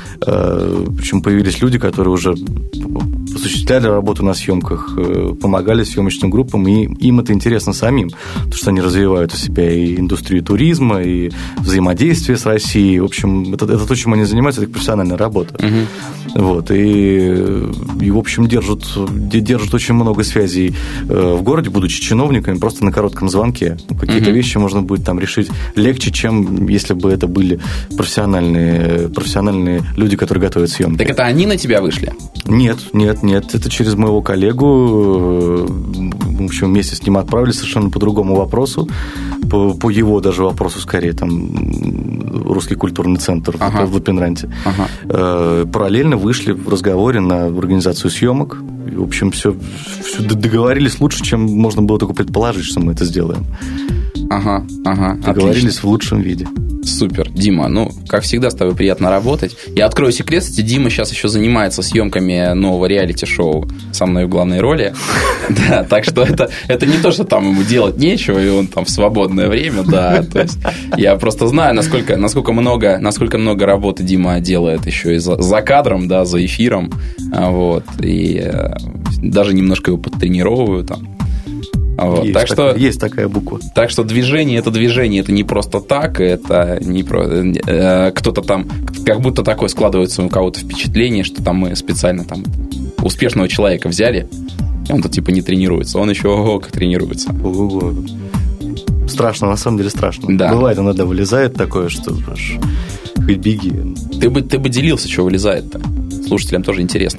[SPEAKER 5] Угу. Причем появились люди, которые уже осуществляли работу на съемках, помогали съемочным группам, и им это интересно самим, потому что они развивают у себя и индустрию туризма, и взаимодействие с Россией. В общем, это, это то, чем они занимаются, это профессиональная работа. Угу. Вот, и, и, в общем, держат, держат очень много связей в городе, будучи чиновниками, просто на коротком звонке. Какие-то угу. вещи можно будет там решить легче, чем если бы это были профессиональные, профессиональные люди, которые готовят съемки.
[SPEAKER 3] Так это они на тебя вышли?
[SPEAKER 5] Нет, нет, нет. Это через моего коллегу. В общем, вместе с ним отправились совершенно по другому вопросу. По, по его даже вопросу, скорее, там, Русский культурный центр ага. в Лапинранте. Ага. Параллельно вышли в разговоре на организацию съемок. И, в общем, все, все договорились лучше, чем можно было только предположить, что мы это сделаем.
[SPEAKER 3] Ага, ага.
[SPEAKER 5] Договорились
[SPEAKER 3] отлично.
[SPEAKER 5] В лучшем виде.
[SPEAKER 3] Супер. Дима, ну, как всегда, с тобой приятно работать. Я открою секрет, кстати, Дима сейчас еще занимается съемками нового реалити-шоу со мной в главной роли. Да, так что это, это не то, что там ему делать нечего, и он там в свободное время, да. То есть я просто знаю, насколько, насколько, много, насколько много работы Дима делает еще и за, за кадром, да, за эфиром. Вот. И даже немножко его подтренировываю там. Вот.
[SPEAKER 5] Есть,
[SPEAKER 3] так
[SPEAKER 5] такая,
[SPEAKER 3] что,
[SPEAKER 5] есть такая буква.
[SPEAKER 3] Так что движение это движение, это не просто так, это не про, э, кто-то там, как будто такое складывается у кого-то впечатление, что там мы специально там успешного человека взяли, и он-то типа не тренируется, он еще ого, как тренируется.
[SPEAKER 5] Ого. Страшно, на самом деле страшно.
[SPEAKER 3] Да.
[SPEAKER 5] Бывает, иногда вылезает такое, что аж, хоть беги.
[SPEAKER 3] Ты бы, ты бы делился, что вылезает-то. Слушателям тоже интересно.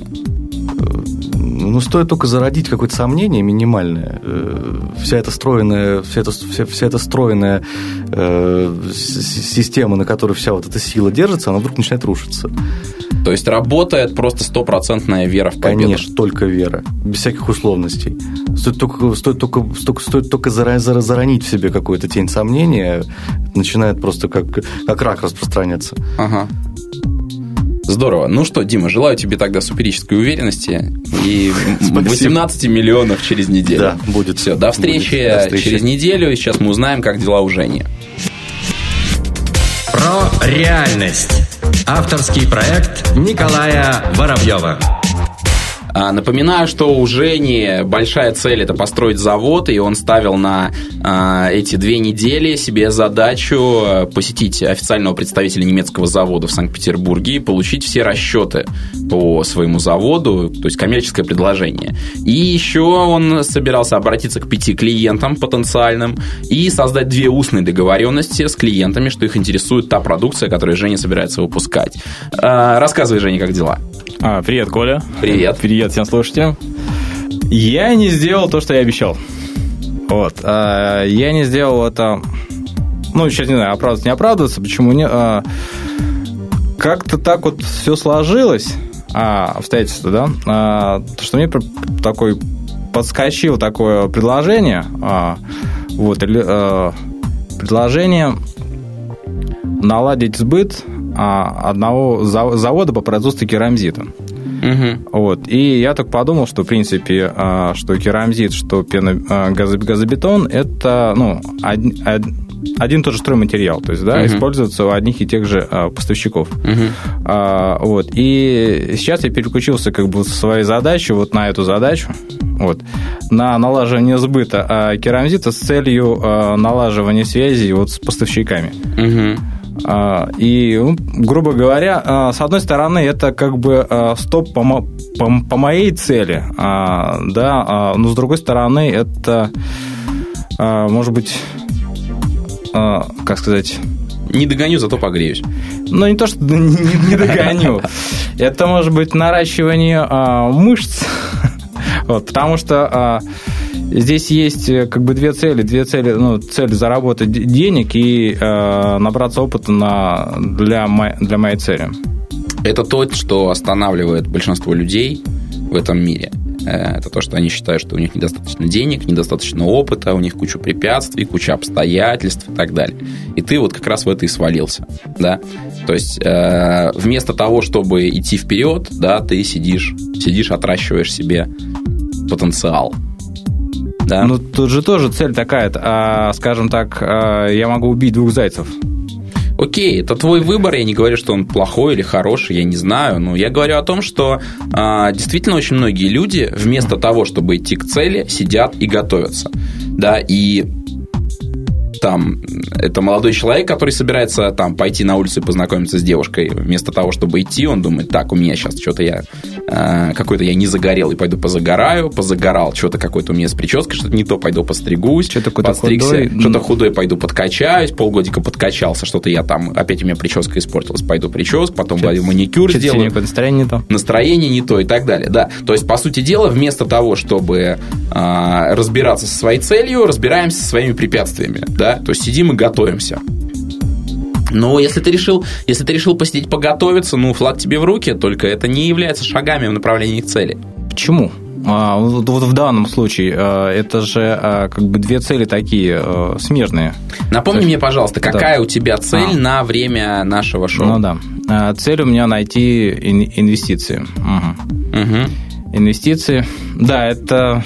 [SPEAKER 5] Ну, стоит только зародить какое-то сомнение минимальное. Вся эта стройная, вся эта, вся, вся эта стройная э, система, на которой вся вот эта сила держится, она вдруг начинает рушиться.
[SPEAKER 3] То есть работает просто стопроцентная вера в победу?
[SPEAKER 5] Конечно, только вера, без всяких условностей. Стоит только, стоит только, стоит, стоит только заронить в себе какую-то тень сомнения, начинает просто как, как рак распространяться.
[SPEAKER 3] Ага. Здорово. Ну что, Дима, желаю тебе тогда суперической уверенности и восемнадцать миллионов через неделю.
[SPEAKER 5] Да, будет.
[SPEAKER 3] Все, до встречи,
[SPEAKER 5] будет. До встречи
[SPEAKER 3] через неделю. И сейчас мы узнаем, как дела у Жени.
[SPEAKER 2] Про реальность. Авторский проект Николая Воробьева.
[SPEAKER 3] Напоминаю, что у Жени большая цель – это построить завод, и он ставил на а, эти две недели себе задачу посетить официального представителя немецкого завода в Санкт-Петербурге и получить все расчеты по своему заводу, то есть коммерческое предложение. И еще он собирался обратиться к пяти клиентам потенциальным и создать две устные договоренности с клиентами, что их интересует та продукция, которую Женя собирается выпускать. А, рассказывай, Женя, как дела?
[SPEAKER 6] А, привет, Коля.
[SPEAKER 3] Привет.
[SPEAKER 6] Привет всем слушателям. Я не сделал то, что я обещал. Вот. А, я не сделал это... Ну, сейчас не знаю, оправдываться, не оправдываться. Почему не... А, как-то так вот все сложилось, а, обстоятельства, да, а, что мне такой подскочило такое предложение. А, вот, а, предложение наладить сбыт одного завода по производству керамзита. Угу. Вот. И я так подумал, что, в принципе, что керамзит, что пеногазобетон – это, ну, один, один и тот же стройматериал, то есть, да, угу. используется у одних и тех же поставщиков. Угу. А, вот. И сейчас я переключился как бы со своей задачи вот на эту задачу, вот, на налаживание сбыта керамзита с целью налаживания связи вот с поставщиками. Угу. И, грубо говоря, с одной стороны, это как бы стоп по, мо- по, по моей цели, да, но с другой стороны, это, может быть, как сказать...
[SPEAKER 3] Не догоню, зато погреюсь.
[SPEAKER 6] Ну, не то, что не, не догоню. Это, может быть, наращивание мышц Вот, потому что а, здесь есть как бы две цели. Две цели, ну, цель заработать денег и а, набраться опыта на, для, мо, для моей цели.
[SPEAKER 3] Это то, что останавливает большинство людей в этом мире. Это то, что они считают, что у них недостаточно денег, недостаточно опыта, у них куча препятствий, куча обстоятельств и так далее. И ты вот как раз в это и свалился, да? То есть э, вместо того, чтобы идти вперед, да, ты сидишь, сидишь, отращиваешь себе потенциал. Да?
[SPEAKER 6] Ну, тут же тоже цель такая, а, скажем так, а, я могу убить двух зайцев.
[SPEAKER 3] Окей, это твой выбор, я не говорю, что он плохой или хороший, я не знаю, но я говорю о том, что а, действительно очень многие люди вместо того, чтобы идти к цели, сидят и готовятся, да, и там, это молодой человек, который собирается там пойти на улицу и познакомиться с девушкой. Вместо того, чтобы идти, он думает, так, у меня сейчас что-то я э, какой-то я не загорел, и пойду позагораю, позагорал, что-то какой-то у меня с прической, что-то не то, пойду постригусь,
[SPEAKER 6] что-то
[SPEAKER 3] подстригся,
[SPEAKER 6] худой,
[SPEAKER 3] что-то худой, пойду подкачаюсь, полгодика подкачался, что-то я там, опять у меня прическа испортилась, пойду прическу, потом пойду маникюр сделаю.
[SPEAKER 6] Настроение не то.
[SPEAKER 3] Настроение не то и так далее, да. То есть, по сути дела, вместо того, чтобы э, разбираться со своей целью, разбираемся со своими препятствиями, да. Да? То есть сидим и готовимся. Но если ты решил, если ты решил посидеть, поготовиться, ну, флаг тебе в руки, только это не является шагами в направлении к цели.
[SPEAKER 6] Почему? А, вот в данном случае это же как бы две цели такие смежные.
[SPEAKER 3] Напомни
[SPEAKER 6] есть,
[SPEAKER 3] мне, пожалуйста, какая
[SPEAKER 6] да.
[SPEAKER 3] у тебя цель а. на время нашего шоу?
[SPEAKER 6] Ну да. Цель у меня найти инвестиции. Угу. Угу. Инвестиции. Да, это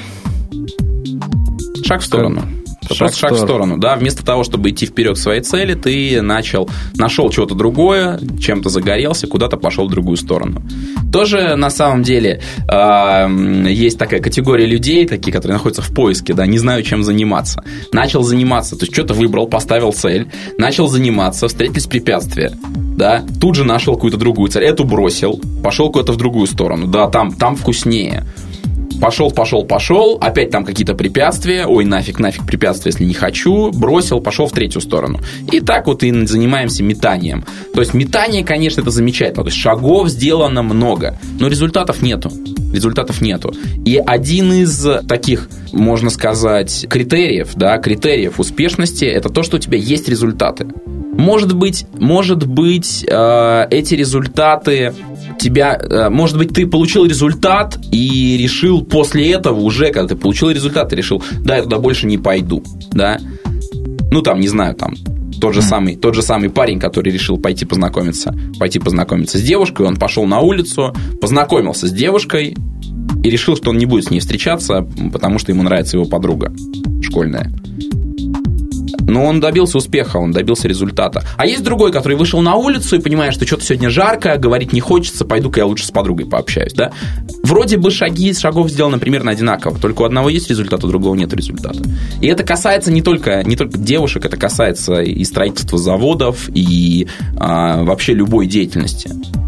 [SPEAKER 3] шаг в сторону. Шаг, шаг в сторону, да, вместо того, чтобы идти вперед к своей цели, ты начал, нашел чего-то другое, чем-то загорелся, куда-то пошел в другую сторону. Тоже на самом деле э, есть такая категория людей, такие, которые находятся в поиске, да, не знаю, чем заниматься. Начал заниматься, то есть что-то выбрал, поставил цель, начал заниматься, встретились препятствия, да, тут же нашел какую-то другую цель, эту бросил, пошел куда-то в другую сторону, да, там, там вкуснее. Пошел, пошел, пошел, опять там какие-то препятствия, ой, нафиг, нафиг препятствия, если не хочу, бросил, пошел в третью сторону. И так вот и занимаемся метанием. То есть метание, конечно, это замечательно, то есть шагов сделано много, но результатов нету. Результатов нету. И один из таких, можно сказать, критериев, да, критериев успешности, это то, что у тебя есть результаты. Может быть, может быть, э, эти результаты тебя, э, может быть, ты получил результат и решил после этого уже, когда ты получил результат, ты решил, да, я туда больше не пойду, да. Ну, там, не знаю, там, тот же самый, тот же самый парень, который решил пойти познакомиться, пойти познакомиться с девушкой, он пошел на улицу, познакомился с девушкой и решил, что он не будет с ней встречаться, потому что ему нравится его подруга школьная. Но он добился успеха, он добился результата. А есть другой, который вышел на улицу и понимает, что что-то сегодня жарко, говорить не хочется, пойду-ка я лучше с подругой пообщаюсь, да? Вроде бы шаги из шагов сделаны примерно одинаково, только у одного есть результат, у другого нет результата. И это касается не только, не только девушек, это касается и строительства заводов, и а, вообще любой деятельности.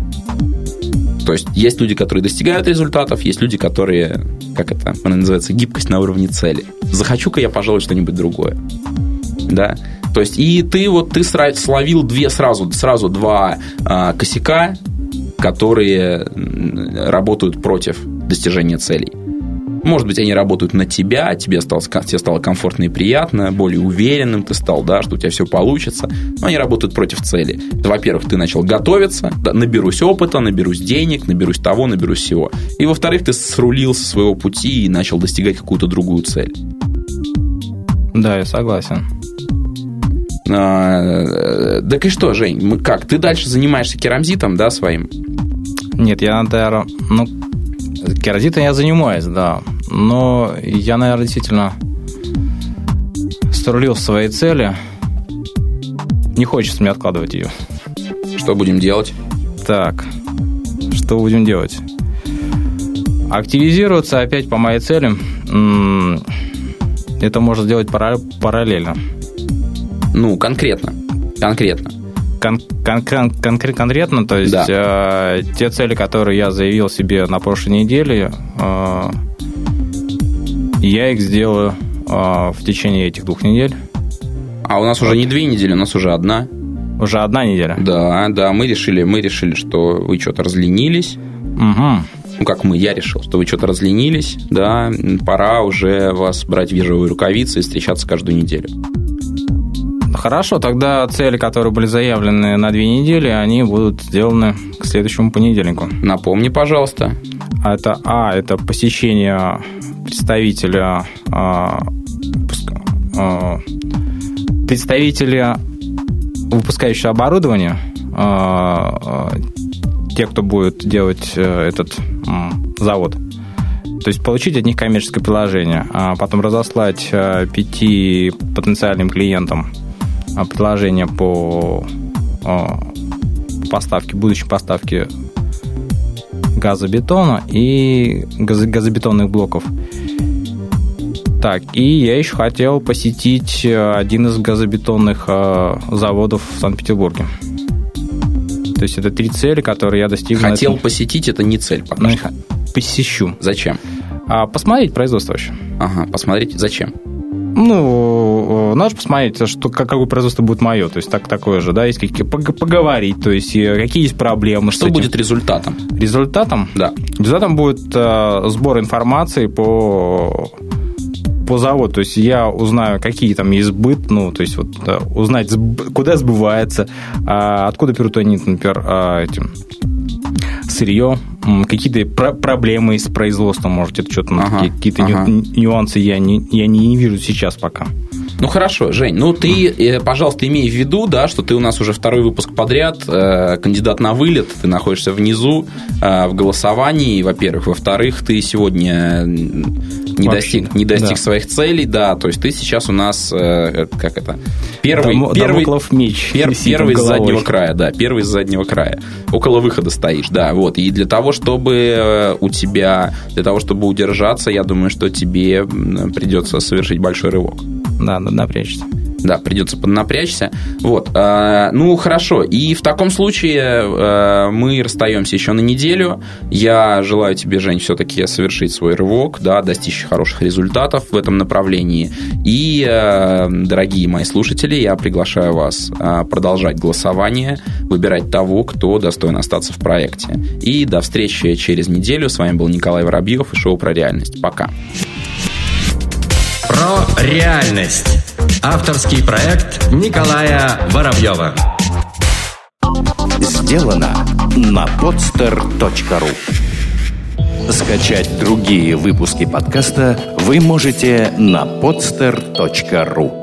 [SPEAKER 3] То есть есть люди, которые достигают результатов, есть люди, которые, как это она называется, гибкость на уровне цели. Захочу-ка я, пожалуй, что-нибудь другое. Да, то есть и ты вот ты словил две сразу сразу два а, косяка, которые работают против достижения целей. Может быть, они работают на тебя, тебе стало, тебе стало комфортно и приятно, более уверенным ты стал, да, что у тебя все получится, но они работают против цели. Во-первых, ты начал готовиться, да, наберусь опыта, наберусь денег, наберусь того, наберусь всего. И во-вторых, ты срулил со своего пути и начал достигать какую-то другую цель.
[SPEAKER 6] Да, я согласен.
[SPEAKER 3] А, так и что, Жень, мы как? Ты дальше занимаешься керамзитом, да, своим?
[SPEAKER 6] Нет, я, наверное, ну, керамзитом я занимаюсь, да, но я, наверное, действительно срулил свои цели. Не хочется мне откладывать ее.
[SPEAKER 3] Что будем делать?
[SPEAKER 6] Так, что будем делать? Активизироваться опять по моей цели. Это можно сделать параллельно.
[SPEAKER 3] Ну, конкретно. Конкретно.
[SPEAKER 6] Кон- кон- кон- конкре- конкретно, то есть да. э, те цели, которые я заявил себе на прошлой неделе, э, я их сделаю э, в течение этих двух недель.
[SPEAKER 3] А у нас вот. Уже не две недели, у нас уже одна.
[SPEAKER 6] Уже одна неделя?
[SPEAKER 3] Да, да, мы решили, мы решили, что вы что-то разленились.
[SPEAKER 6] Угу.
[SPEAKER 3] ну, как мы, я решил, что вы что-то разленились, да, пора уже вас брать в ежовые рукавицы и встречаться каждую неделю.
[SPEAKER 6] Хорошо, тогда цели, которые были заявлены на две недели, они будут сделаны к следующему понедельнику.
[SPEAKER 3] Напомни, пожалуйста.
[SPEAKER 6] Это, а, это посещение представителя, а, а, представителя выпускающего оборудования, а, а, те, кто будет делать этот а, завод. То есть получить от них коммерческое приложение, а потом разослать а, пяти потенциальным клиентам предложение по поставке, будущей поставке газобетона и газобетонных блоков. Так, и я еще хотел посетить один из газобетонных заводов в Санкт-Петербурге. То есть это три цели, которые я достигну.
[SPEAKER 3] Хотел
[SPEAKER 6] этом...
[SPEAKER 3] посетить, это не цель пока что.
[SPEAKER 6] Посещу.
[SPEAKER 3] Зачем?
[SPEAKER 6] А, посмотреть производство вообще.
[SPEAKER 3] Ага, посмотреть зачем?
[SPEAKER 6] Ну, надо же посмотреть, что, какое производство будет мое. То есть так, такое же, да, есть какие поговорить, то есть какие есть проблемы.
[SPEAKER 3] Что будет результатом?
[SPEAKER 6] Результатом?
[SPEAKER 3] Да.
[SPEAKER 6] Результатом будет э, сбор информации по, по заводу. То есть я узнаю, какие там есть сбыт, ну, то есть вот да, узнать, куда сбывается, э, откуда берут они, например, э, этим сырье, какие-то про- проблемы с производством, может, это что-то, ага, какие-то ага. нюансы я не, я не вижу сейчас пока.
[SPEAKER 3] Ну, хорошо, Жень, ну, ты, пожалуйста, имей в виду, да, что ты у нас уже второй выпуск подряд, э, кандидат на вылет, ты находишься внизу э, в голосовании, во-первых. Во-вторых, ты сегодня не Вообще, достиг, не достиг да. своих целей, да, то есть ты сейчас у нас, э, как это, первый,
[SPEAKER 6] Дом,
[SPEAKER 3] первый,
[SPEAKER 6] меч
[SPEAKER 3] пер, первый из заднего края, да, первый из заднего края, около выхода стоишь, да, вот, и для того, чтобы у тебя, для того, чтобы удержаться, я думаю, что тебе придется совершить большой рывок.
[SPEAKER 6] Да, надо напрячься.
[SPEAKER 3] Да, придется поднапрячься. Вот. Э, ну, хорошо. И в таком случае э, мы расстаемся еще на неделю. Я желаю тебе, Жень, все-таки совершить свой рывок, да, достичь хороших результатов в этом направлении. И, э, дорогие мои слушатели, я приглашаю вас э, продолжать голосование, выбирать того, кто достоин остаться в проекте. И до встречи через неделю. С вами был Николай Воробьев и шоу про реальность. Пока.
[SPEAKER 2] Про реальность. Авторский проект Николая Воробьева.
[SPEAKER 1] Сделано на подстер точка ру. Скачать другие выпуски подкаста вы можете на подстер точка ру.